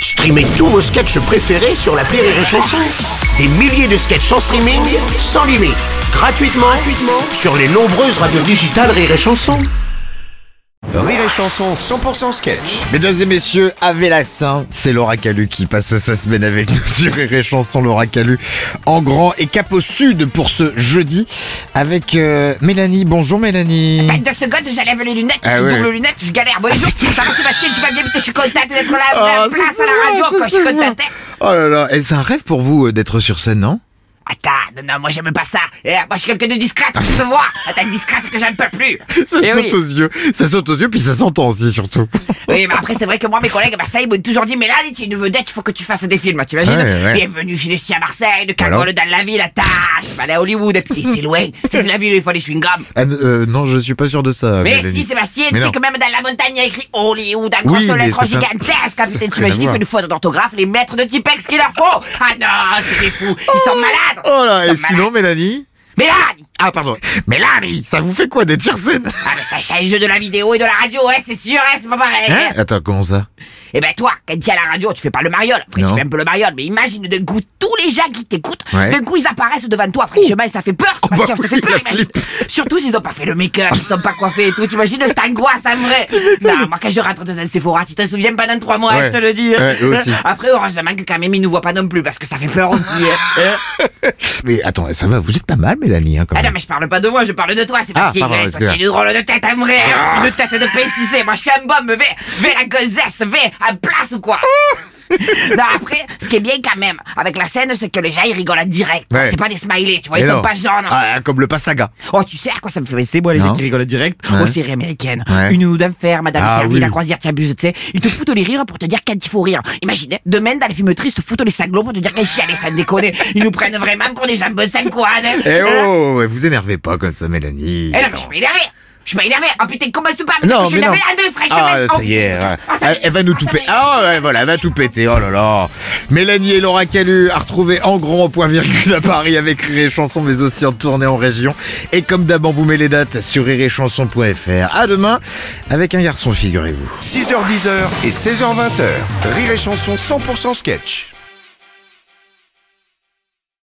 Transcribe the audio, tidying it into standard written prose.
Streamez tous vos sketchs préférés sur l'appli Rire et Chanson. Des milliers de sketchs en streaming, sans limite, gratuitement sur les nombreuses radios digitales Rire et Chanson. Rire et Chanson 100% sketch. Mesdames et messieurs, Ave la Saint, c'est Laura Calu qui passe sa semaine avec nous sur Rire et Chanson. Laura Calu en grand et cap au sud pour ce jeudi avec Mélanie. Bonjour Mélanie. Attends 2 secondes, j'enlève les lunettes, parce que double lunettes, je galère. Bonjour, ça va Sébastien, tu vas bien vite, je suis contente d'être là, place à la radio, quoi, je suis contente. Oh là là, et c'est un rêve pour vous d'être sur scène, non? Attends, non, moi j'aime pas ça. Moi je suis quelqu'un de discrète, on se voit. Attends, discrète que j'aime pas plus. Ça saute aux yeux, puis ça s'entend aussi surtout. Oui, mais après c'est vrai que moi mes collègues à Marseille m'ont toujours dit, mais là, tu es une vedette, il faut que tu fasses des films, t'imagines? Ouais. Bienvenue chez les chiens à Marseille, de Cagole dans la ville, attends, je vais aller à Hollywood, et puis c'est loin, c'est la ville où il faut les chewing-gums. Non, je suis pas sûr de ça. Mais Mélanie. si Sébastien, Mais tu sais non. que même dans la montagne il y a écrit Hollywood, en Oui, grosse mais lettre c'est ça. gigantesque. T'imagines, il fait une faute d'orthographe, les maîtres de Tipex qu'il leur faut. Ah non, c'est fou, ils sont malades. Oh là, Ils et sont sinon Mélanie? Mélanie! Ah pardon, Mélanie, ça vous fait quoi d'être sur scène? Ah mais ça change de la vidéo et de la radio, ouais, c'est sûr, c'est pas pareil. Hein? Attends, comment ça? Eh ben toi, quand tu es à la radio, tu fais pas le mariole. Après, Non. tu fais un peu le mariole, mais imagine d'un coup tous les gens qui t'écoutent, Ouais. d'un coup ils apparaissent devant toi. Franchement, ça fait peur, Sébastien, bah ça fait oui, peur, la imagine. Surtout s'ils ont pas fait le make-up, ils sont pas coiffés et tout. T'imagines cette angoisse en vrai? Non, moi quand je rentre dans un Sephora, tu te souviens pas dans 3 mois, Ouais. je te le dis. Ouais, eux aussi. Après, heureusement que quand même ils nous voient pas non plus, parce que ça fait peur aussi. Mais attends, ça va, vous êtes pas mal Mélanie, hein, quand Ah non, même. mais je parle pas de moi, je parle de toi, Sébastien. pardon, Toi, tu as une drôle de tête, en vrai. Une tête de pain sucée. Moi, je suis un bombe. Vais la gossesse, vais à place ou quoi? Non, après, ce qui est bien quand même avec la scène, c'est que les gens ils rigolent en direct. Ouais. C'est pas des smileys, tu vois, ils Et sont non. pas jaunes. Ah, comme le Passaga. Oh, tu sais à quoi ça me fait penser, moi, les Non. gens qui rigolent en direct? Ouais. Aux séries américaines. Ouais. Une ou d'enfer, Madame Ah, Servie, oui. la croisière t'abuse, tu sais. Ils te foutent les rires pour te dire quand il faut rire. Imaginez, demain, dans les films tristes, foutent les sanglots pour te dire qu'un chialer, ça déconne. Ils nous prennent vraiment pour des jambes sans quoi, hein. Eh oh, vous énervez pas comme ça Mélanie. Eh non, mais je suis pas énervé. Je suis pas énervé. Oh putain, commence pas à me dire Non, que je suis mais non. énervé à deux, fraîchement. Ah, Oh, ça y est, putain. ouais. Ah, ça y est. Elle va nous tout Ah, ça y péter. est. Ah ouais, voilà, elle va tout péter. Oh là là. Mélanie et Laura Calu à retrouver en grand au point virgule à Paris avec Rire et Chanson, mais aussi en tournée en région. Et comme d'hab, on vous met les dates sur rireetchanson.fr. À demain avec un garçon, figurez-vous. 6h-10h et 16h-20h. Rire et Chanson 100% sketch.